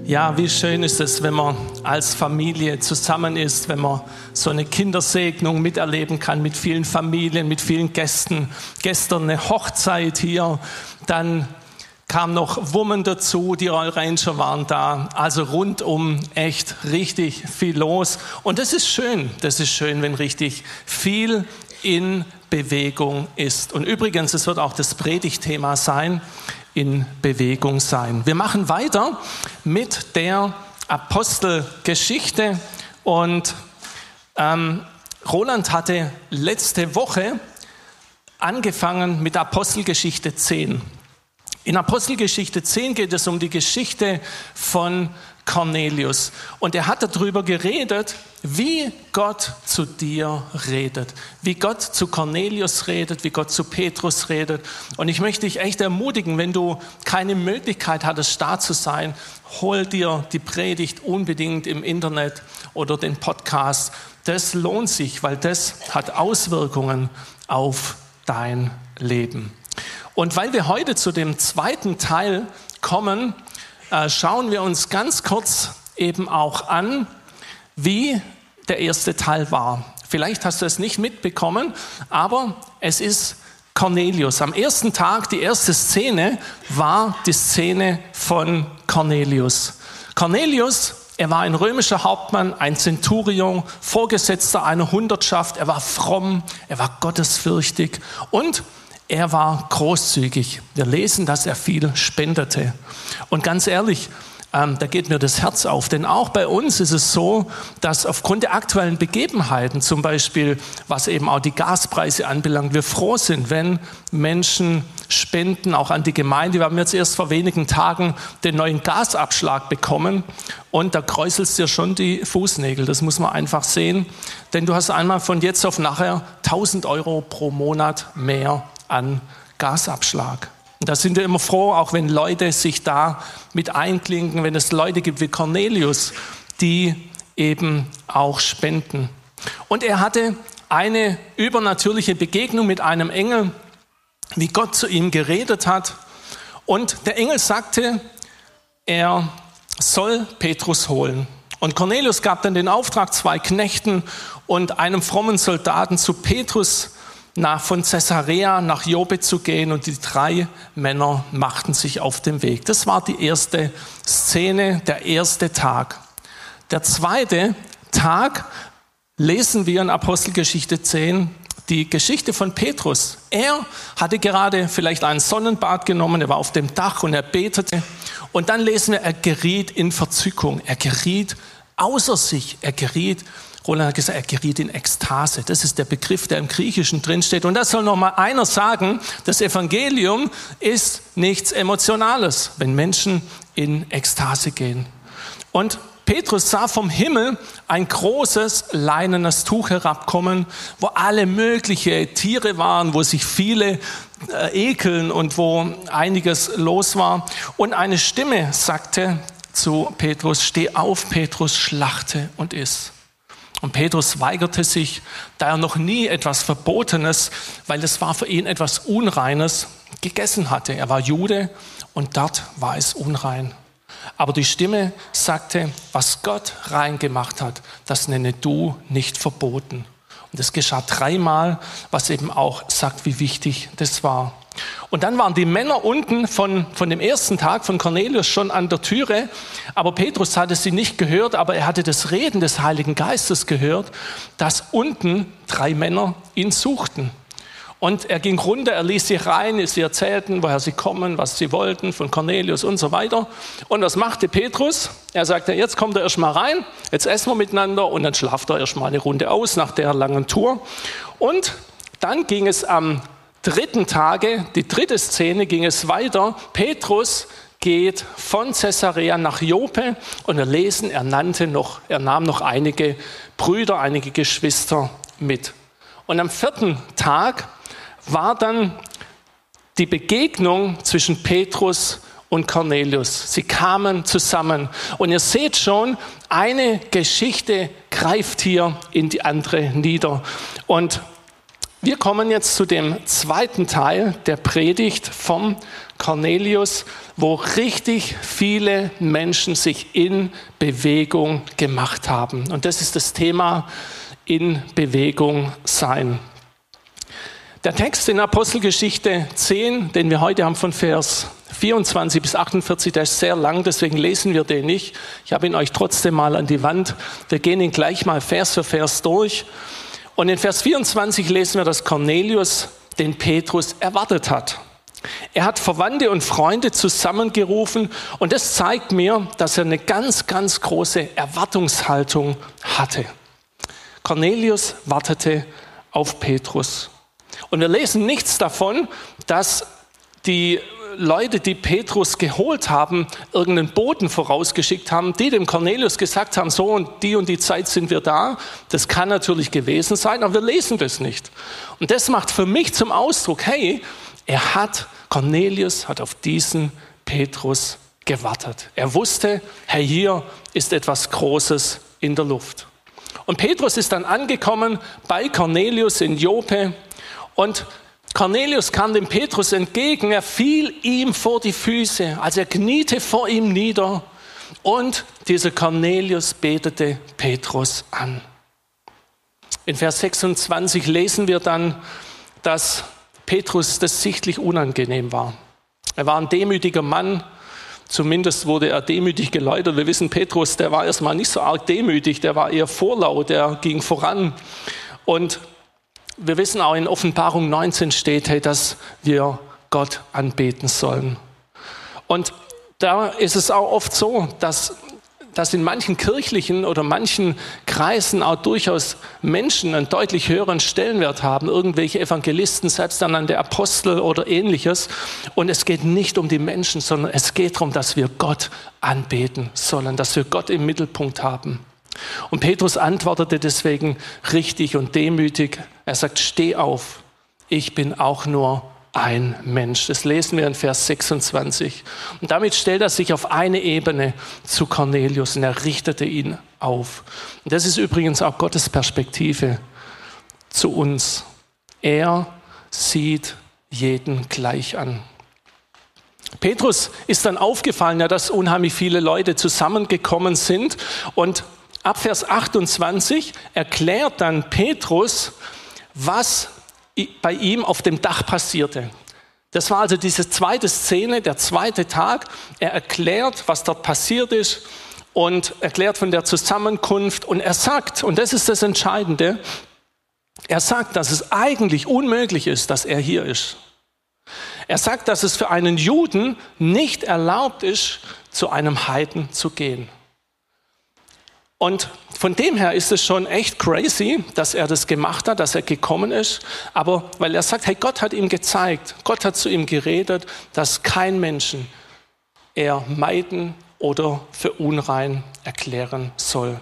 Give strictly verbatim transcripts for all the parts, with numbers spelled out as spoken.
Ja, wie schön ist es, wenn man als Familie zusammen ist, wenn man so eine Kindersegnung miterleben kann mit vielen Familien, mit vielen Gästen. Gestern eine Hochzeit hier, dann kam noch Women dazu, die Royal Ranger waren da. Also rundum echt richtig viel los. Und das ist schön, das ist schön, wenn richtig viel in Bewegung ist. Und übrigens, es wird auch das Predigtthema sein, in Bewegung sein. Wir machen weiter mit der Apostelgeschichte und ähm, Roland hatte letzte Woche angefangen mit Apostelgeschichte zehn. In Apostelgeschichte zehn geht es um die Geschichte von Cornelius und er hat darüber geredet, wie Gott zu dir redet, wie Gott zu Cornelius redet, wie Gott zu Petrus redet. Und ich möchte dich echt ermutigen, wenn du keine Möglichkeit hattest, da zu sein, hol dir die Predigt unbedingt im Internet oder den Podcast. Das lohnt sich, weil das hat Auswirkungen auf dein Leben. Und weil wir heute zu dem zweiten Teil kommen, äh, schauen wir uns ganz kurz eben auch an, wie der erste Teil war. Vielleicht hast du es nicht mitbekommen, aber es ist Cornelius. Am ersten Tag, die erste Szene, war die Szene von Cornelius. Cornelius, er war ein römischer Hauptmann, ein Zenturion, Vorgesetzter einer Hundertschaft. Er war fromm, er war gottesfürchtig und er war großzügig. Wir lesen, dass er viel spendete. Und ganz ehrlich, ähm, da geht mir das Herz auf. Denn auch bei uns ist es so, dass aufgrund der aktuellen Begebenheiten, zum Beispiel was eben auch die Gaspreise anbelangt, wir froh sind, wenn Menschen spenden, auch an die Gemeinde. Wir haben jetzt erst vor wenigen Tagen den neuen Gasabschlag bekommen und da kräuselst dir schon die Fußnägel. Das muss man einfach sehen. Denn du hast einmal von jetzt auf nachher tausend Euro pro Monat mehr an Gasabschlag. Und da sind wir immer froh, auch wenn Leute sich da mit einklinken, wenn es Leute gibt wie Cornelius, die eben auch spenden. Und er hatte eine übernatürliche Begegnung mit einem Engel, wie Gott zu ihm geredet hat. Und der Engel sagte, er soll Petrus holen. Und Cornelius gab dann den Auftrag, zwei Knechten und einem frommen Soldaten zu Petrus nach, von Caesarea nach Joppe zu gehen, und die drei Männer machten sich auf den Weg. Das war die erste Szene, der erste Tag. Der zweite Tag lesen wir in Apostelgeschichte zehn die Geschichte von Petrus. Er hatte gerade vielleicht einen Sonnenbad genommen, er war auf dem Dach und er betete. Und dann lesen wir, er geriet in Verzückung, er geriet außer sich, er geriet Roland hat gesagt, er geriet in Ekstase. Das ist der Begriff, der im Griechischen drinsteht. Und das soll noch mal einer sagen, das Evangelium ist nichts Emotionales, wenn Menschen in Ekstase gehen. Und Petrus sah vom Himmel ein großes leinenes Tuch herabkommen, wo alle möglichen Tiere waren, wo sich viele äh, ekeln und wo einiges los war. Und eine Stimme sagte zu Petrus, steh auf, Petrus, schlachte und iss. Und Petrus weigerte sich, da er noch nie etwas Verbotenes, weil es war für ihn etwas Unreines, gegessen hatte. Er war Jude und dort war es unrein. Aber die Stimme sagte, was Gott rein gemacht hat, das nenne du nicht verboten. Und es geschah dreimal, was eben auch sagt, wie wichtig das war. Und dann waren die Männer unten von, von dem ersten Tag von Cornelius schon an der Türe, aber Petrus hatte sie nicht gehört, aber er hatte das Reden des Heiligen Geistes gehört, dass unten drei Männer ihn suchten. Und er ging runter, er ließ sie rein, sie erzählten, woher sie kommen, was sie wollten, von Cornelius und so weiter. Und was machte Petrus? Er sagte, jetzt kommt er erst mal rein, jetzt essen wir miteinander und dann schlaft er erst mal eine Runde aus nach der langen Tour. Und dann ging es am dritten Tage, die dritte Szene, ging es weiter. Petrus geht von Caesarea nach Joppe und wir lesen, er nannte noch, er nahm noch einige Brüder, einige Geschwister mit. Und am vierten Tag war dann die Begegnung zwischen Petrus und Cornelius. Sie kamen zusammen und ihr seht schon, eine Geschichte greift hier in die andere nieder. Und Wir kommen jetzt zu dem zweiten Teil der Predigt vom Cornelius, wo richtig viele Menschen sich in Bewegung gemacht haben. Und das ist das Thema in Bewegung sein. Der Text in Apostelgeschichte zehn, den wir heute haben von Vers vierundzwanzig bis achtundvierzig, der ist sehr lang, deswegen lesen wir den nicht. Ich habe ihn euch trotzdem mal an die Wand. Wir gehen ihn gleich mal Vers für Vers durch. Und in Vers vierundzwanzig lesen wir, dass Cornelius den Petrus erwartet hat. Er hat Verwandte und Freunde zusammengerufen und das zeigt mir, dass er eine ganz, ganz große Erwartungshaltung hatte. Cornelius wartete auf Petrus. Und wir lesen nichts davon, dass die Leute, die Petrus geholt haben, irgendeinen Boten vorausgeschickt haben, die dem Cornelius gesagt haben, so und die und die Zeit sind wir da. Das kann natürlich gewesen sein, aber wir lesen das nicht. Und das macht für mich zum Ausdruck, hey, er hat, Cornelius hat auf diesen Petrus gewartet. Er wusste, hey, hier ist etwas Großes in der Luft. Und Petrus ist dann angekommen bei Cornelius in Joppe und Cornelius kam dem Petrus entgegen, er fiel ihm vor die Füße, also er kniete vor ihm nieder und dieser Cornelius betete Petrus an. In Vers sechsundzwanzig lesen wir dann, dass Petrus das sichtlich unangenehm war. Er war ein demütiger Mann, zumindest wurde er demütig geläutert. Wir wissen, Petrus, der war erstmal nicht so arg demütig, der war eher vorlaut, der ging voran. Und wir wissen auch, in Offenbarung neunzehn steht, hey, dass wir Gott anbeten sollen. Und da ist es auch oft so, dass, dass in manchen kirchlichen oder manchen Kreisen auch durchaus Menschen einen deutlich höheren Stellenwert haben, irgendwelche Evangelisten, selbst dann an der Apostel oder ähnliches. Und es geht nicht um die Menschen, sondern es geht darum, dass wir Gott anbeten sollen, dass wir Gott im Mittelpunkt haben. Und Petrus antwortete deswegen richtig und demütig. Er sagt, steh auf, ich bin auch nur ein Mensch. Das lesen wir in Vers sechsundzwanzig. Und damit stellt er sich auf eine Ebene zu Cornelius und er richtete ihn auf. Und das ist übrigens auch Gottes Perspektive zu uns. Er sieht jeden gleich an. Petrus ist dann aufgefallen, ja, dass unheimlich viele Leute zusammengekommen sind und ab Vers achtundzwanzig erklärt dann Petrus, was bei ihm auf dem Dach passierte. Das war also diese zweite Szene, der zweite Tag. Er erklärt, was dort passiert ist und erklärt von der Zusammenkunft. Und er sagt, und das ist das Entscheidende, er sagt, dass es eigentlich unmöglich ist, dass er hier ist. Er sagt, dass es für einen Juden nicht erlaubt ist, zu einem Heiden zu gehen. Und von dem her ist es schon echt crazy, dass er das gemacht hat, dass er gekommen ist. Aber weil er sagt, hey, Gott hat ihm gezeigt, Gott hat zu ihm geredet, dass kein Menschen er meiden oder für unrein erklären soll.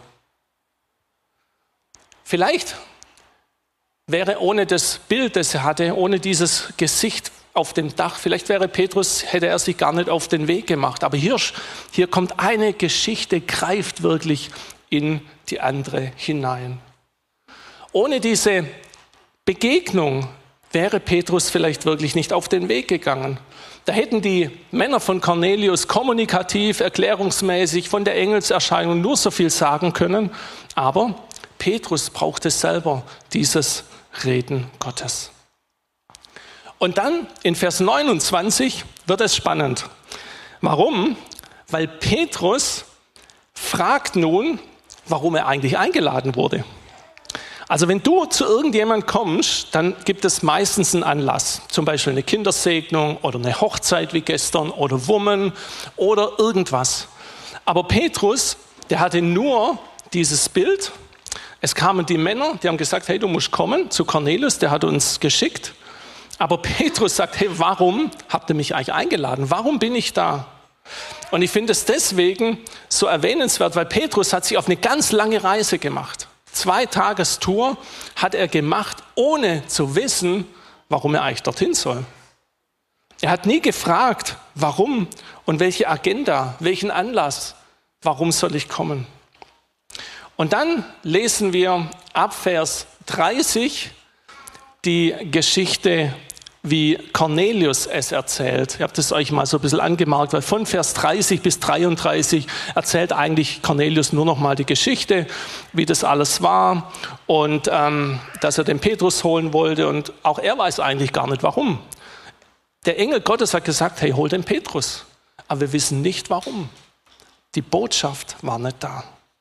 Vielleicht wäre ohne das Bild, das er hatte, ohne dieses Gesicht auf dem Dach, vielleicht wäre Petrus, hätte er sich gar nicht auf den Weg gemacht. Aber hier, hier kommt eine Geschichte, greift wirklich in die andere hinein. Ohne diese Begegnung wäre Petrus vielleicht wirklich nicht auf den Weg gegangen. Da hätten die Männer von Cornelius kommunikativ, erklärungsmäßig von der Engelserscheinung nur so viel sagen können, aber Petrus brauchte selber dieses Reden Gottes. Und dann in Vers neunundzwanzig wird es spannend. Warum? Weil Petrus fragt nun, warum er eigentlich eingeladen wurde. Also wenn du zu irgendjemandem kommst, dann gibt es meistens einen Anlass. Zum Beispiel eine Kindersegnung oder eine Hochzeit wie gestern oder Wummen oder irgendwas. Aber Petrus, der hatte nur dieses Bild. Es kamen die Männer, die haben gesagt, hey, du musst kommen zu Cornelius, der hat uns geschickt. Aber Petrus sagt, hey, warum habt ihr mich eigentlich eingeladen? Warum bin ich da? Und ich finde es deswegen so erwähnenswert, weil Petrus hat sich auf eine ganz lange Reise gemacht. Zwei Tagestour hat er gemacht, ohne zu wissen, warum er eigentlich dorthin soll. Er hat nie gefragt, warum und welche Agenda, welchen Anlass, warum soll ich kommen. Und dann lesen wir ab Vers dreißig die Geschichte, wie Cornelius es erzählt. Ich habe das euch mal so ein bisschen angemarkt, weil von Vers dreißig bis dreiunddreißig erzählt eigentlich Cornelius nur noch mal die Geschichte, wie das alles war und ähm, dass er den Petrus holen wollte. Und auch er weiß eigentlich gar nicht, warum. Der Engel Gottes hat gesagt, hey, hol den Petrus. Aber wir wissen nicht, warum. Die Botschaft war nicht da.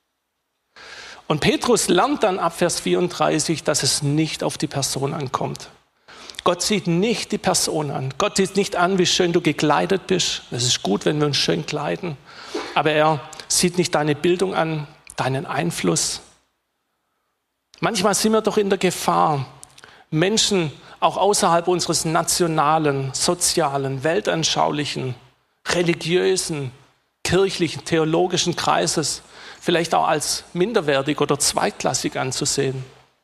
Und Petrus lernt dann ab Vers vierunddreißig, dass es nicht auf die Person ankommt. Gott sieht nicht die Person an. Gott sieht nicht an, wie schön du gekleidet bist. Es ist gut, wenn wir uns schön kleiden. Aber er sieht nicht deine Bildung an, deinen Einfluss. Manchmal sind wir doch in der Gefahr, Menschen auch außerhalb unseres nationalen, sozialen, weltanschaulichen, religiösen, kirchlichen, theologischen Kreises vielleicht auch als minderwertig oder zweitklassig anzusehen.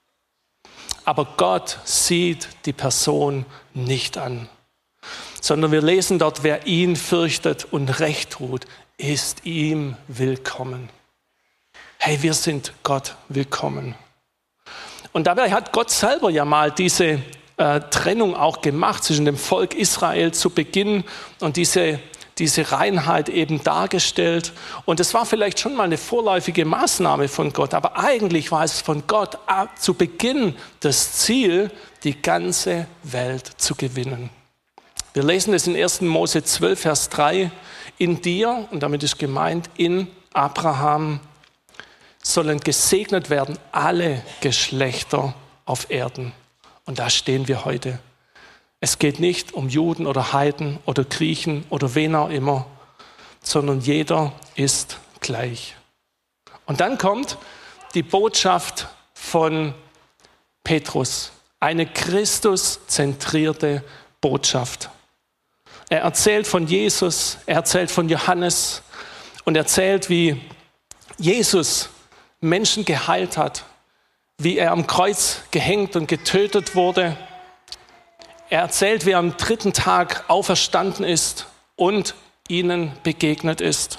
Aber Gott sieht die Person nicht an, sondern wir lesen dort, wer ihn fürchtet und Recht tut, ist ihm willkommen. Hey, wir sind Gott willkommen. Und dabei hat Gott selber ja mal diese äh, Trennung auch gemacht zwischen dem Volk Israel zu Beginn und diese diese Reinheit eben dargestellt. Und es war vielleicht schon mal eine vorläufige Maßnahme von Gott, aber eigentlich war es von Gott zu Beginn das Ziel, die ganze Welt zu gewinnen. Wir lesen es in ersten Mose zwölf, Vers drei. In dir, und damit ist gemeint, in Abraham sollen gesegnet werden alle Geschlechter auf Erden. Und da stehen wir heute. Es geht nicht um Juden oder Heiden oder Griechen oder wen auch immer, sondern jeder ist gleich. Und dann kommt die Botschaft von Petrus, eine Christus-zentrierte Botschaft. Er erzählt von Jesus, er erzählt von Johannes und erzählt, wie Jesus Menschen geheilt hat, wie er am Kreuz gehängt und getötet wurde. Er erzählt, wie er am dritten Tag auferstanden ist und ihnen begegnet ist.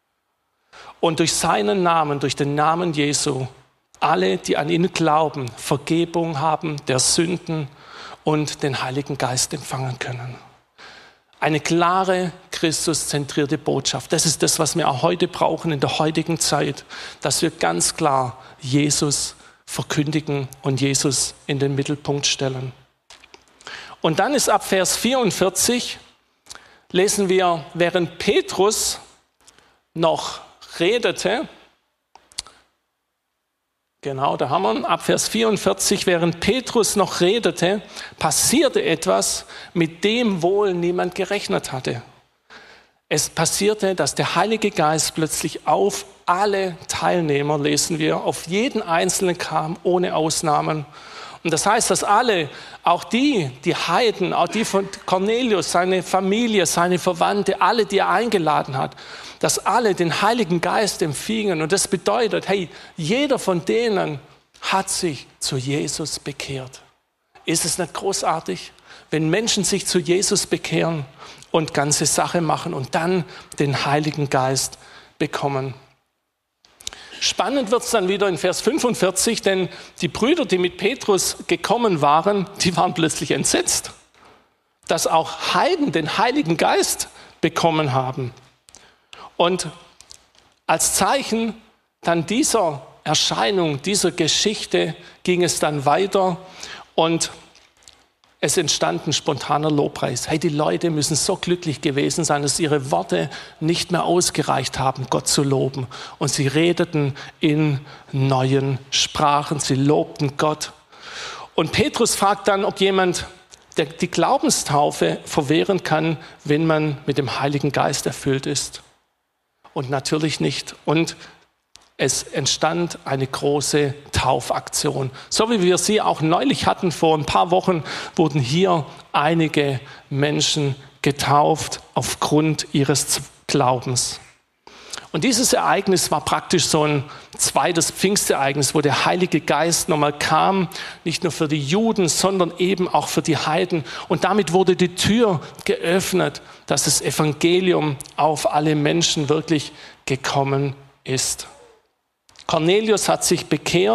Und durch seinen Namen, durch den Namen Jesu, alle, die an ihn glauben, Vergebung haben der Sünden und den Heiligen Geist empfangen können. Eine klare, Christuszentrierte Botschaft. Das ist das, was wir auch heute brauchen in der heutigen Zeit, dass wir ganz klar Jesus verkündigen und Jesus in den Mittelpunkt stellen. Und dann ist ab Vers vierundvierzig, lesen wir, während Petrus noch redete, genau, da haben wir ihn, ab Vers vierundvierzig, während Petrus noch redete, passierte etwas, mit dem wohl niemand gerechnet hatte. Es passierte, dass der Heilige Geist plötzlich auf alle Teilnehmer, lesen wir, auf jeden Einzelnen kam, ohne Ausnahmen. Und das heißt, dass alle, auch die, die Heiden, auch die von Cornelius, seine Familie, seine Verwandte, alle, die er eingeladen hat, dass alle den Heiligen Geist empfingen. Und das bedeutet, hey, jeder von denen hat sich zu Jesus bekehrt. Ist es nicht großartig, wenn Menschen sich zu Jesus bekehren und ganze Sache machen und dann den Heiligen Geist bekommen? Spannend wird es dann wieder in Vers fünfundvierzig, denn die Brüder, die mit Petrus gekommen waren, die waren plötzlich entsetzt, dass auch Heiden den Heiligen Geist bekommen haben. Und als Zeichen dann dieser Erscheinung, dieser Geschichte ging es dann weiter und es entstand ein spontaner Lobpreis. Hey, die Leute müssen so glücklich gewesen sein, dass ihre Worte nicht mehr ausgereicht haben, Gott zu loben. Und sie redeten in neuen Sprachen, sie lobten Gott. Und Petrus fragt dann, ob jemand die Glaubenstaufe verwehren kann, wenn man mit dem Heiligen Geist erfüllt ist. Und natürlich nicht. Und es entstand eine große Taufaktion. So wie wir sie auch neulich hatten, vor ein paar Wochen wurden hier einige Menschen getauft aufgrund ihres Glaubens. Und dieses Ereignis war praktisch so ein zweites Pfingstereignis, wo der Heilige Geist nochmal kam, nicht nur für die Juden, sondern eben auch für die Heiden. Und damit wurde die Tür geöffnet, dass das Evangelium auf alle Menschen wirklich gekommen ist. Cornelius hat sich bekehrt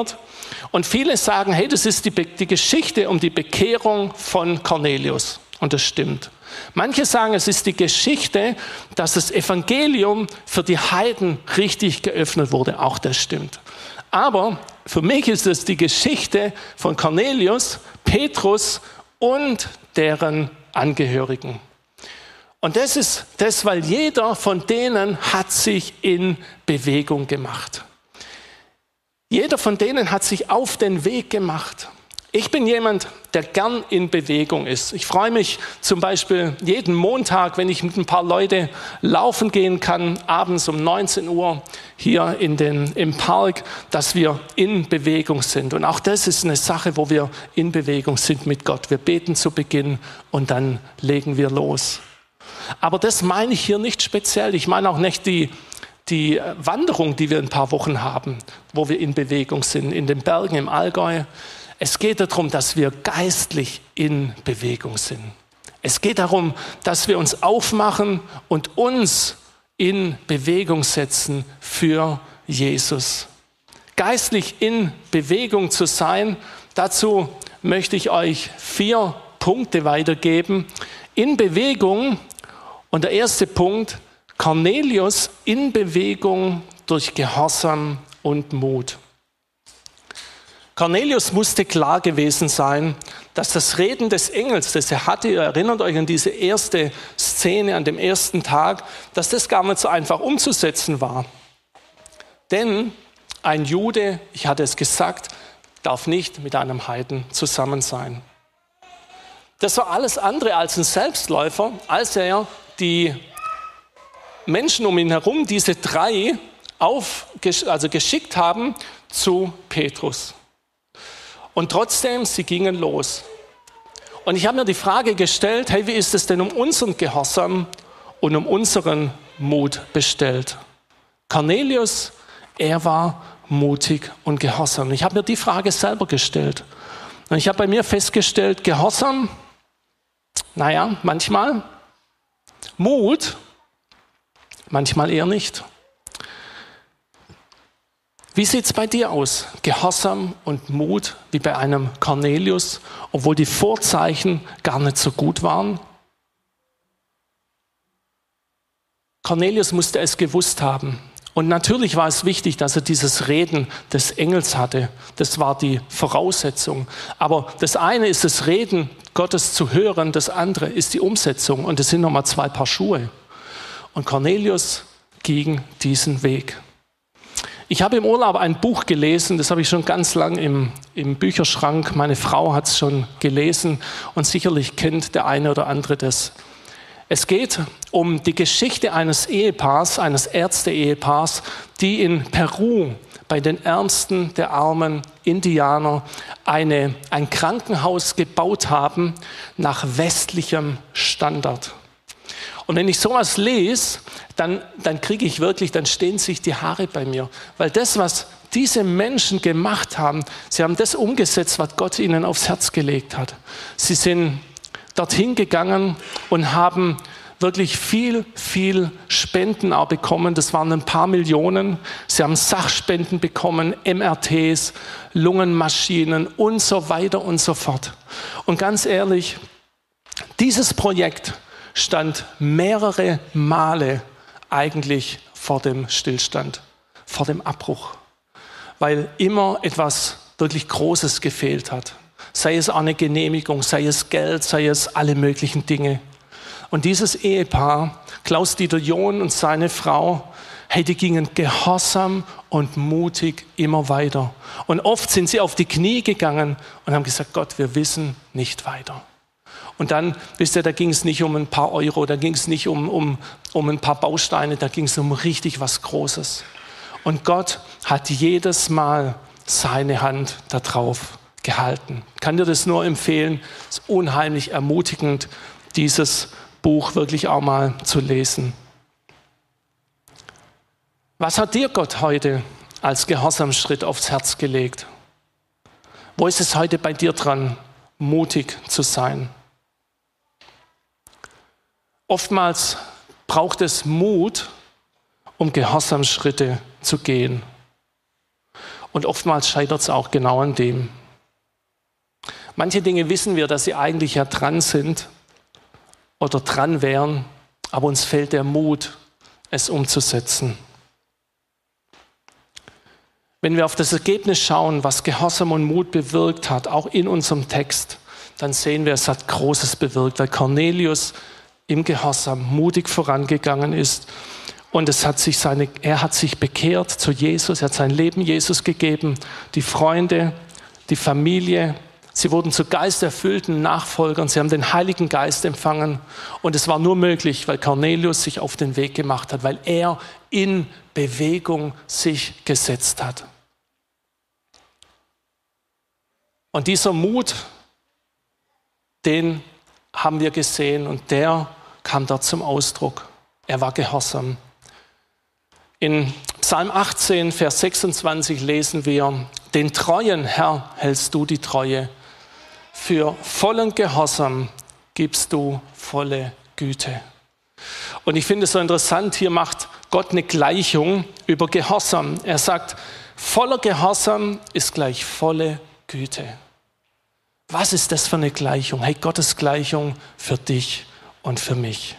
Und viele sagen, hey, das ist die, Be- die Geschichte um die Bekehrung von Cornelius. Und das stimmt. Manche sagen, es ist die Geschichte, dass das Evangelium für die Heiden richtig geöffnet wurde. Auch das stimmt. Aber für mich ist es die Geschichte von Cornelius, Petrus und deren Angehörigen. Und das ist das, weil jeder von denen hat sich in Bewegung gemacht. Jeder von denen hat sich auf den Weg gemacht. Ich bin jemand, der gern in Bewegung ist. Ich freue mich zum Beispiel jeden Montag, wenn ich mit ein paar Leuten laufen gehen kann, abends um neunzehn Uhr hier in den, im Park, dass wir in Bewegung sind. Und auch das ist eine Sache, wo wir in Bewegung sind mit Gott. Wir beten zu Beginn und dann legen wir los. Aber das meine ich hier nicht speziell. Ich meine auch nicht die, die Wanderung, die wir in ein paar Wochen haben, wo wir in Bewegung sind, in den Bergen im Allgäu. Es geht darum, dass wir geistlich in Bewegung sind. Es geht darum, dass wir uns aufmachen und uns in Bewegung setzen für Jesus. Geistlich in Bewegung zu sein, dazu möchte ich euch vier Punkte weitergeben. In Bewegung, und der erste Punkt, Cornelius in Bewegung durch Gehorsam und Mut. Cornelius musste klar gewesen sein, dass das Reden des Engels, das er hatte, ihr erinnert euch an diese erste Szene, an dem ersten Tag, dass das gar nicht so einfach umzusetzen war. Denn ein Jude, ich hatte es gesagt, darf nicht mit einem Heiden zusammen sein. Das war alles andere als ein Selbstläufer, als er die Menschen um ihn herum, diese drei, auf, also geschickt haben zu Petrus. Und trotzdem, sie gingen los. Und ich habe mir die Frage gestellt, hey, wie ist es denn um unseren Gehorsam und um unseren Mut bestellt? Cornelius, er war mutig und gehorsam. Ich habe mir die Frage selber gestellt. Und ich habe bei mir festgestellt, Gehorsam, naja, manchmal. Mut, manchmal eher nicht. Wie sieht es bei dir aus? Gehorsam und Mut wie bei einem Cornelius, obwohl die Vorzeichen gar nicht so gut waren? Cornelius musste es gewusst haben. Und natürlich war es wichtig, dass er dieses Reden des Engels hatte. Das war die Voraussetzung. Aber das eine ist das Reden Gottes zu hören, das andere ist die Umsetzung. Und das sind nochmal zwei Paar Schuhe. Und Cornelius ging diesen Weg. Ich habe im Urlaub ein Buch gelesen, das habe ich schon ganz lang im, im Bücherschrank. Meine Frau hat es schon gelesen und sicherlich kennt der eine oder andere das. Es geht um die Geschichte eines Ehepaars, eines Ärzte-Ehepaars, die in Peru bei den Ärmsten der armen Indianer eine, ein Krankenhaus gebaut haben nach westlichem Standard. Und wenn ich sowas lese, dann, dann kriege ich wirklich, dann stehen sich die Haare bei mir. Weil das, was diese Menschen gemacht haben, sie haben das umgesetzt, was Gott ihnen aufs Herz gelegt hat. Sie sind dorthin gegangen und haben wirklich viel, viel Spenden auch bekommen. Das waren ein paar Millionen. Sie haben Sachspenden bekommen, M R Ts, Lungenmaschinen und so weiter und so fort. Und ganz ehrlich, dieses Projekt stand mehrere Male eigentlich vor dem Stillstand, vor dem Abbruch, weil immer etwas wirklich Großes gefehlt hat. Sei es eine Genehmigung, sei es Geld, sei es alle möglichen Dinge. Und dieses Ehepaar, Klaus-Dieter John und seine Frau, hey, die gingen gehorsam und mutig immer weiter. Und oft sind sie auf die Knie gegangen und haben gesagt, Gott, wir wissen nicht weiter. Und dann, wisst ihr, da ging es nicht um ein paar Euro, da ging es nicht um, um, um ein paar Bausteine, da ging es um richtig was Großes. Und Gott hat jedes Mal seine Hand da drauf gehalten. Ich kann dir das nur empfehlen, es ist unheimlich ermutigend, dieses Buch wirklich auch mal zu lesen. Was hat dir Gott heute als Gehorsamsschritt aufs Herz gelegt? Wo ist es heute bei dir dran, mutig zu sein? Oftmals braucht es Mut, um Gehorsamsschritte zu gehen. Und oftmals scheitert es auch genau an dem. Manche Dinge wissen wir, dass sie eigentlich ja dran sind oder dran wären, aber uns fehlt der Mut, es umzusetzen. Wenn wir auf das Ergebnis schauen, was Gehorsam und Mut bewirkt hat, auch in unserem Text, dann sehen wir, es hat Großes bewirkt, weil Cornelius im Gehorsam mutig vorangegangen ist und es hat sich seine, er hat sich bekehrt zu Jesus, er hat sein Leben Jesus gegeben, die Freunde, die Familie, sie wurden zu geisterfüllten Nachfolgern, sie haben den Heiligen Geist empfangen und es war nur möglich, weil Cornelius sich auf den Weg gemacht hat, weil er in Bewegung sich gesetzt hat. Und dieser Mut, den haben wir gesehen und der kam dort zum Ausdruck. Er war gehorsam. In Psalm achtzehn, Vers sechsundzwanzig lesen wir, den treuen Herr hältst du die Treue, für vollen Gehorsam gibst du volle Güte. Und ich finde es so interessant, hier macht Gott eine Gleichung über Gehorsam. Er sagt, voller Gehorsam ist gleich volle Güte. Was ist das für eine Gleichung? Hey, Gottes Gleichung für dich und für mich.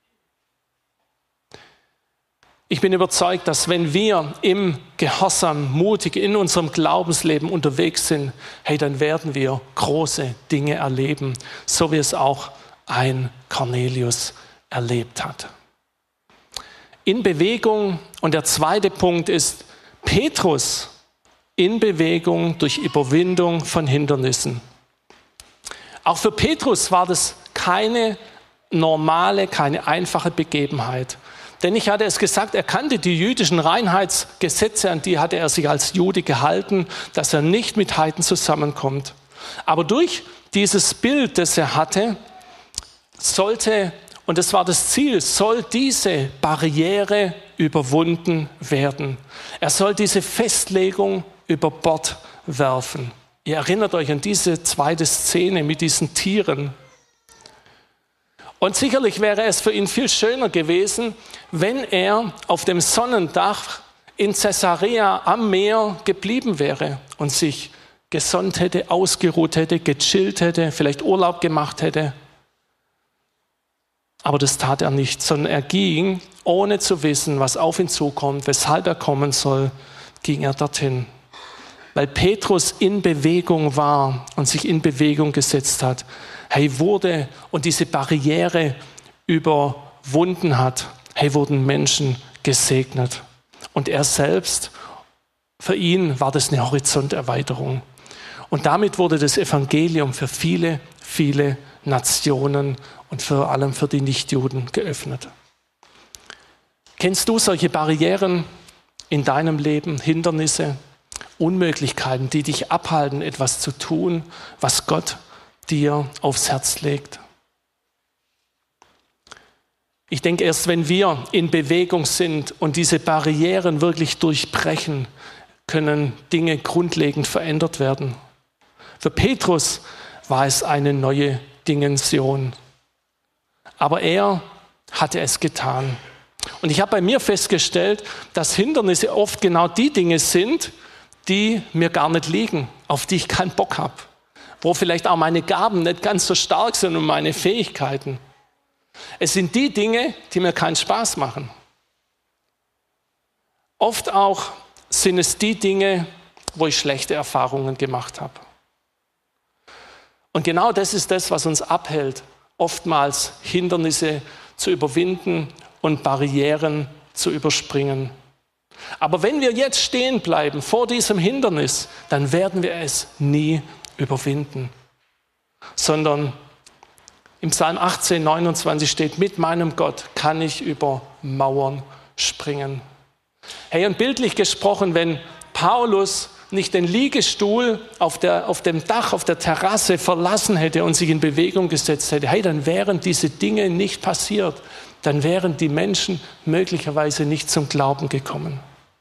Ich bin überzeugt, dass wenn wir im Gehorsam mutig in unserem Glaubensleben unterwegs sind, hey, dann werden wir große Dinge erleben, so wie es auch ein Cornelius erlebt hat. In Bewegung, und der zweite Punkt ist Petrus in Bewegung durch Überwindung von Hindernissen. Auch für Petrus war das keine normale, keine einfache Begebenheit. Denn ich hatte es gesagt, er kannte die jüdischen Reinheitsgesetze, an die hatte er sich als Jude gehalten, dass er nicht mit Heiden zusammenkommt. Aber durch dieses Bild, das er hatte, sollte, und das war das Ziel, soll diese Barriere überwunden werden. Er soll diese Festlegung über Bord werfen. Ihr erinnert euch an diese zweite Szene mit diesen Tieren. Und sicherlich wäre es für ihn viel schöner gewesen, wenn er auf dem Sonnendach in Caesarea am Meer geblieben wäre und sich gesonnt hätte, ausgeruht hätte, gechillt hätte, vielleicht Urlaub gemacht hätte. Aber das tat er nicht, sondern er ging, ohne zu wissen, was auf ihn zukommt, weshalb er kommen soll, ging er dorthin. Weil Petrus in Bewegung war und sich in Bewegung gesetzt hat. Hey, wurde und diese Barriere überwunden hat. Hey, wurden Menschen gesegnet. Und er selbst, für ihn war das eine Horizonterweiterung. Und damit wurde das Evangelium für viele, viele Nationen und vor allem für die Nichtjuden geöffnet. Kennst du solche Barrieren in deinem Leben, Hindernisse, Unmöglichkeiten, die dich abhalten, etwas zu tun, was Gott dir aufs Herz legt? Ich denke, erst wenn wir in Bewegung sind und diese Barrieren wirklich durchbrechen, können Dinge grundlegend verändert werden. Für Petrus war es eine neue Dimension. Aber er hatte es getan. Und ich habe bei mir festgestellt, dass Hindernisse oft genau die Dinge sind, die mir gar nicht liegen, auf die ich keinen Bock habe. Wo vielleicht auch meine Gaben nicht ganz so stark sind und meine Fähigkeiten. Es sind die Dinge, die mir keinen Spaß machen. Oft auch sind es die Dinge, wo ich schlechte Erfahrungen gemacht habe. Und genau das ist das, was uns abhält, oftmals Hindernisse zu überwinden und Barrieren zu überspringen. Aber wenn wir jetzt stehen bleiben vor diesem Hindernis, dann werden wir es nie überwinden. Sondern im Psalm achtzehn, neunundzwanzig steht, mit meinem Gott kann ich über Mauern springen. Hey, und bildlich gesprochen, wenn Paulus nicht den Liegestuhl auf, der, auf dem Dach, auf der Terrasse verlassen hätte und sich in Bewegung gesetzt hätte, hey, dann wären diese Dinge nicht passiert. Dann wären die Menschen möglicherweise nicht zum Glauben gekommen.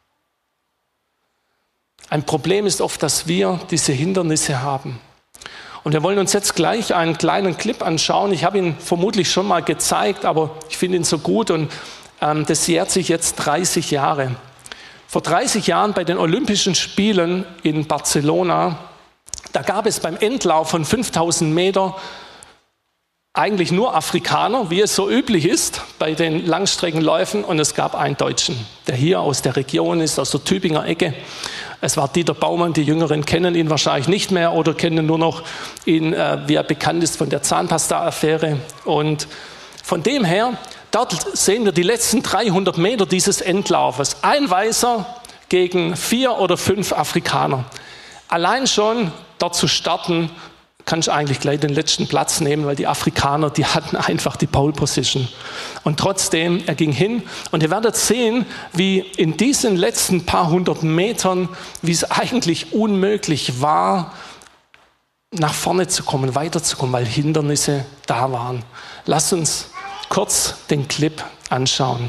Ein Problem ist oft, dass wir diese Hindernisse haben. Und wir wollen uns jetzt gleich einen kleinen Clip anschauen. Ich habe ihn vermutlich schon mal gezeigt, aber ich finde ihn so gut und ähm, das jährt sich jetzt dreißig Jahre. Vor dreißig Jahren bei den Olympischen Spielen in Barcelona, da gab es beim Endlauf von fünftausend Meter eigentlich nur Afrikaner, wie es so üblich ist bei den Langstreckenläufen. Und es gab einen Deutschen, der hier aus der Region ist, aus der Tübinger Ecke. Es war Dieter Baumann, die Jüngeren kennen ihn wahrscheinlich nicht mehr oder kennen nur noch ihn, äh, wie er bekannt ist von der Zahnpasta-Affäre. Und von dem her, dort sehen wir die letzten dreihundert Meter dieses Endlaufes. Ein Weißer gegen vier oder fünf Afrikaner. Allein schon dort zu starten, kannst du eigentlich gleich den letzten Platz nehmen, weil die Afrikaner, die hatten einfach die Pole Position. Und trotzdem, er ging hin und ihr werdet sehen, wie in diesen letzten paar hundert Metern, wie es eigentlich unmöglich war, nach vorne zu kommen, weiterzukommen, weil Hindernisse da waren. Lasst uns kurz den Clip anschauen.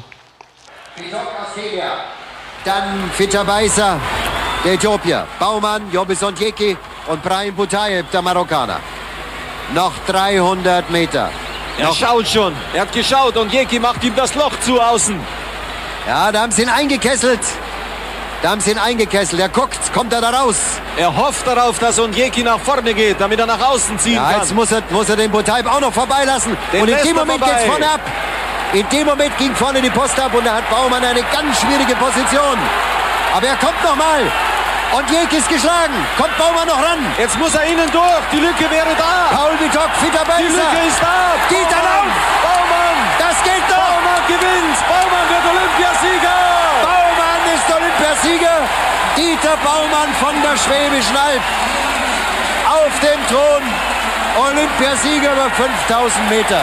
Dann Fitcher Beißer, der Äthiopier, Baumann, Jobbis Ondieki und Brahim Butayev, der Marokkaner. Noch dreihundert Meter. Er noch. schaut schon, er hat geschaut und Ondieki macht ihm das Loch zu außen. Ja, da haben sie ihn eingekesselt. Da haben sie ihn eingekesselt. Er guckt, kommt er da raus. Er hofft darauf, dass Ondieki nach vorne geht, damit er nach außen ziehen ja, kann. Jetzt muss er, muss er den Butayev auch noch vorbeilassen. Den und in lässt dem er Moment vorbei. geht's vorne ab. In dem Moment ging vorne die Post ab und da hat Baumann eine ganz schwierige Position. Aber er kommt noch mal. Und Ondieki ist geschlagen. Kommt Baumann noch ran. Jetzt muss er innen durch. Die Lücke wäre da. Paul Bitok, Fitcher Beißer. Die Lücke ist da. Dieter Lauf. Baumann. Das geht doch. Baumann gewinnt. Baumann wird Olympiasieger. Baumann ist Olympiasieger. Dieter Baumann von der Schwäbischen Alb. Auf dem Thron. Olympiasieger über fünftausend Meter.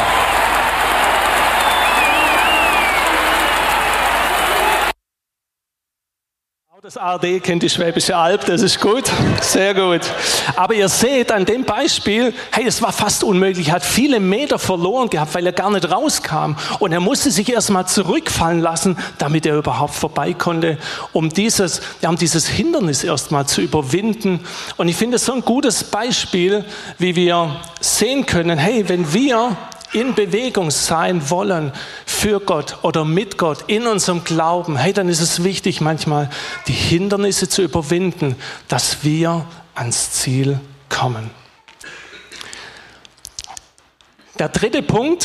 Das A R D kennt die Schwäbische Alb, das ist gut, sehr gut. Aber ihr seht an dem Beispiel, hey, es war fast unmöglich, er hat viele Meter verloren gehabt, weil er gar nicht rauskam. Und er musste sich erstmal zurückfallen lassen, damit er überhaupt vorbei konnte, um dieses, ja, um dieses Hindernis erstmal zu überwinden. Und ich finde es so ein gutes Beispiel, wie wir sehen können, hey, wenn wir in Bewegung sein wollen für Gott oder mit Gott in unserem Glauben, hey, dann ist es wichtig, manchmal die Hindernisse zu überwinden, dass wir ans Ziel kommen. Der dritte Punkt,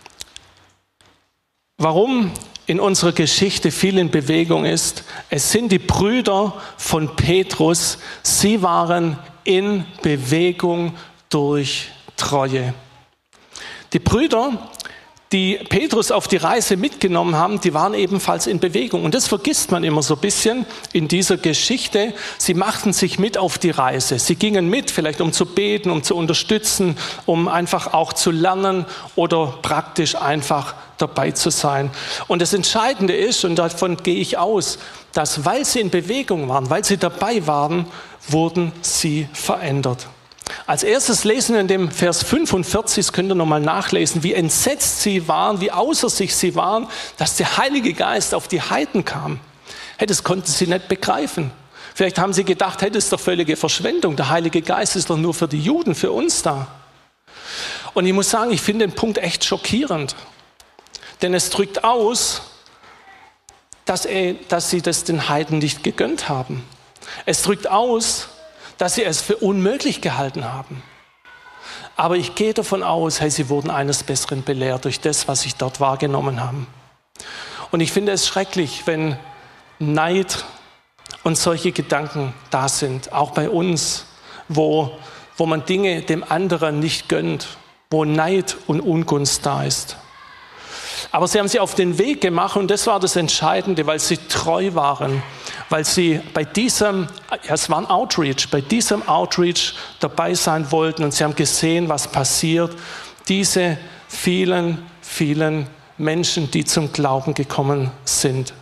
warum in unserer Geschichte viel in Bewegung ist, es sind die Brüder von Petrus, sie waren in Bewegung durch Treue. Die Brüder, die Petrus auf die Reise mitgenommen haben, die waren ebenfalls in Bewegung. Und das vergisst man immer so ein bisschen in dieser Geschichte. Sie machten sich mit auf die Reise. Sie gingen mit, vielleicht um zu beten, um zu unterstützen, um einfach auch zu lernen oder praktisch einfach dabei zu sein. Und das Entscheidende ist, und davon gehe ich aus, dass weil sie in Bewegung waren, weil sie dabei waren, wurden sie verändert. Als erstes lesen wir in dem Vers fünfundvierzig, das könnt ihr nochmal nachlesen, wie entsetzt sie waren, wie außer sich sie waren, dass der Heilige Geist auf die Heiden kam. Hey, das konnten sie nicht begreifen. Vielleicht haben sie gedacht, hey, das ist doch völlige Verschwendung. Der Heilige Geist ist doch nur für die Juden, für uns da. Und ich muss sagen, ich finde den Punkt echt schockierend. Denn es drückt aus, dass, er, dass sie das den Heiden nicht gegönnt haben. Es drückt aus, dass sie es für unmöglich gehalten haben. Aber ich gehe davon aus, hey, sie wurden eines Besseren belehrt durch das, was sie dort wahrgenommen haben. Und ich finde es schrecklich, wenn Neid und solche Gedanken da sind, auch bei uns, wo, wo man Dinge dem anderen nicht gönnt, wo Neid und Ungunst da ist. Aber sie haben sie auf den Weg gemacht und das war das Entscheidende, weil sie treu waren, weil sie bei diesem, ja, es war ein Outreach, bei diesem Outreach dabei sein wollten und sie haben gesehen, was passiert. Diese vielen, vielen Menschen, die zum Glauben gekommen sind.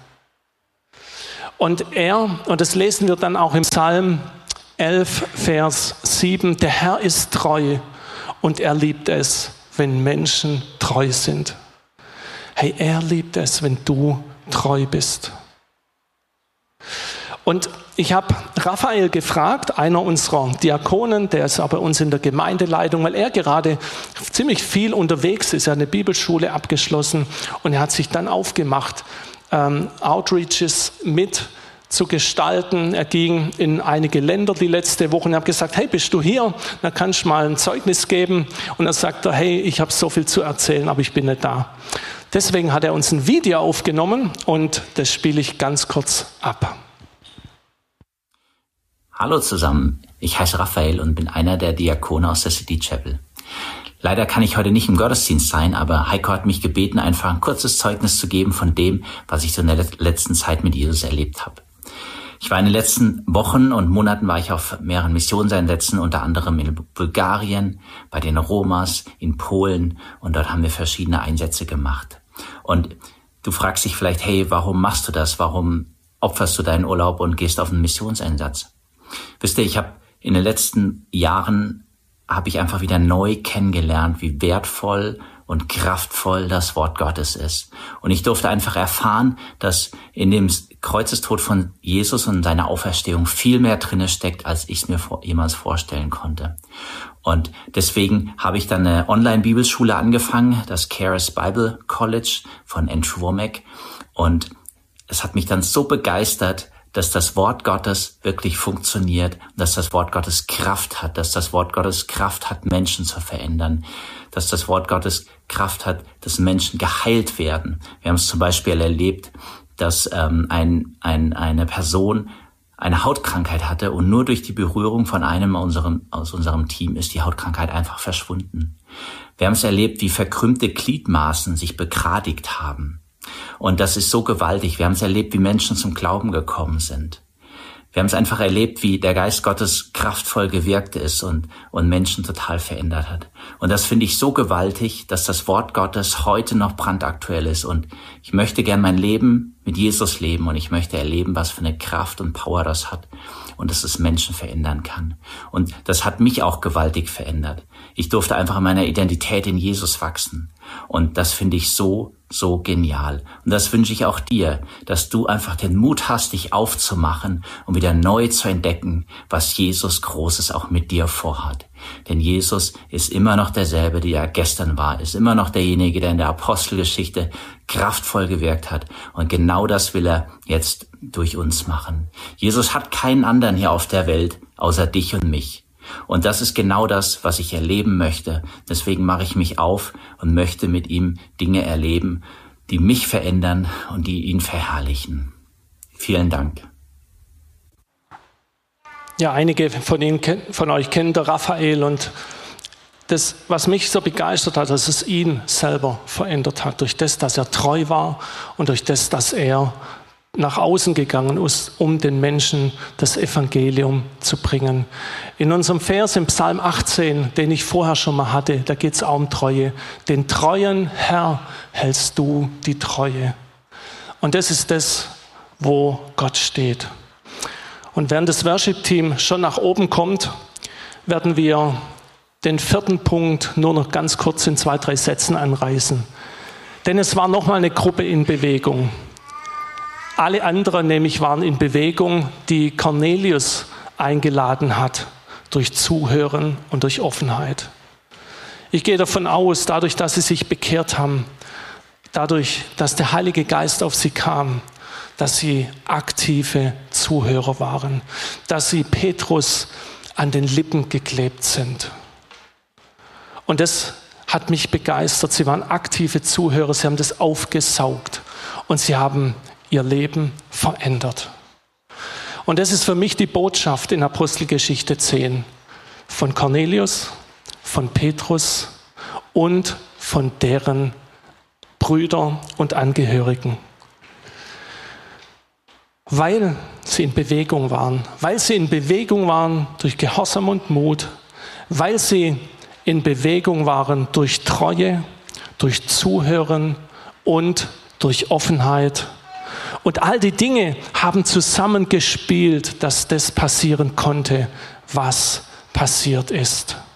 Und er, und das lesen wir dann auch im Psalm elf, Vers sieben, der Herr ist treu und er liebt es, wenn Menschen treu sind. Hey, er liebt es, wenn du treu bist. Und ich habe Raphael gefragt, einer unserer Diakonen, der ist auch bei uns in der Gemeindeleitung, weil er gerade ziemlich viel unterwegs ist. Er hat eine Bibelschule abgeschlossen und er hat sich dann aufgemacht, ähm, Outreaches mit zu gestalten. Er ging in einige Länder die letzte Woche und hat gesagt, hey, bist du hier? Dann kannst du mal ein Zeugnis geben. Und dann sagt er, hey, ich habe so viel zu erzählen, aber ich bin nicht da. Deswegen hat er uns ein Video aufgenommen und das spiele ich ganz kurz ab. Hallo zusammen, ich heiße Raphael und bin einer der Diakone aus der City Chapel. Leider kann ich heute nicht im Gottesdienst sein, aber Heiko hat mich gebeten, einfach ein kurzes Zeugnis zu geben von dem, was ich so in der letzten Zeit mit Jesus erlebt habe. Ich war in den letzten Wochen und Monaten war ich auf mehreren Missionseinsätzen, unter anderem in Bulgarien, bei den Romas, in Polen, und dort haben wir verschiedene Einsätze gemacht. Und du fragst dich vielleicht, hey, warum machst du das? Warum opferst du deinen Urlaub und gehst auf einen Missionseinsatz? Wisst ihr, ich habe in den letzten Jahren habe ich einfach wieder neu kennengelernt, wie wertvoll und kraftvoll das Wort Gottes ist. Und ich durfte einfach erfahren, dass in dem Kreuzestod von Jesus und seiner Auferstehung viel mehr drinne steckt, als ich es mir jemals vorstellen konnte. Und deswegen habe ich dann eine Online-Bibelschule angefangen, das Charis Bible College von Andrew Wommack. Und es hat mich dann so begeistert, dass das Wort Gottes wirklich funktioniert, dass das Wort Gottes Kraft hat, dass das Wort Gottes Kraft hat, Menschen zu verändern, dass das Wort Gottes Kraft hat, dass Menschen geheilt werden. Wir haben es zum Beispiel erlebt, dass ähm, ein, ein, eine Person eine Hautkrankheit hatte und nur durch die Berührung von einem unserem, aus unserem Team ist die Hautkrankheit einfach verschwunden. Wir haben es erlebt, wie verkrümmte Gliedmaßen sich begradigt haben. Und das ist so gewaltig. Wir haben es erlebt, wie Menschen zum Glauben gekommen sind. Wir haben es einfach erlebt, wie der Geist Gottes kraftvoll gewirkt ist und, und Menschen total verändert hat. Und das finde ich so gewaltig, dass das Wort Gottes heute noch brandaktuell ist. Und ich möchte gern mein Leben mit Jesus leben und ich möchte erleben, was für eine Kraft und Power das hat und dass es Menschen verändern kann. Und das hat mich auch gewaltig verändert. Ich durfte einfach in meiner Identität in Jesus wachsen. Und das finde ich so, so genial. Und das wünsche ich auch dir, dass du einfach den Mut hast, dich aufzumachen und wieder neu zu entdecken, was Jesus Großes auch mit dir vorhat. Denn Jesus ist immer noch derselbe, der gestern war, ist immer noch derjenige, der in der Apostelgeschichte kraftvoll gewirkt hat. Und genau das will er jetzt durch uns machen. Jesus hat keinen anderen hier auf der Welt, außer dich und mich. Und das ist genau das, was ich erleben möchte. Deswegen mache ich mich auf und möchte mit ihm Dinge erleben, die mich verändern und die ihn verherrlichen. Vielen Dank. Ja, einige von, Ihnen, von euch kennen der Raphael und das, was mich so begeistert hat, dass es ihn selber verändert hat, durch das, dass er treu war und durch das, dass er nach außen gegangen ist, um den Menschen das Evangelium zu bringen. In unserem Vers im Psalm achtzehn, den ich vorher schon mal hatte, da geht es auch um Treue. Den treuen Herr hältst du die Treue. Und das ist das, wo Gott steht. Und während das Worship-Team schon nach oben kommt, werden wir den vierten Punkt nur noch ganz kurz in zwei, drei Sätzen anreißen. Denn es war nochmal eine Gruppe in Bewegung. Alle anderen nämlich waren in Bewegung, die Cornelius eingeladen hat, durch Zuhören und durch Offenheit. Ich gehe davon aus, dadurch, dass sie sich bekehrt haben, dadurch, dass der Heilige Geist auf sie kam, dass sie aktive Zuhörer waren, dass sie Petrus an den Lippen geklebt sind. Und das hat mich begeistert. Sie waren aktive Zuhörer, sie haben das aufgesaugt und sie haben ihr Leben verändert. Und das ist für mich die Botschaft in Apostelgeschichte zehn von Cornelius, von Petrus und von deren Brüdern und Angehörigen. Weil sie in Bewegung waren, weil sie in Bewegung waren durch Gehorsam und Mut, weil sie in Bewegung waren durch Treue, durch Zuhören und durch Offenheit. Und all die Dinge haben zusammengespielt, dass das passieren konnte, was passiert ist.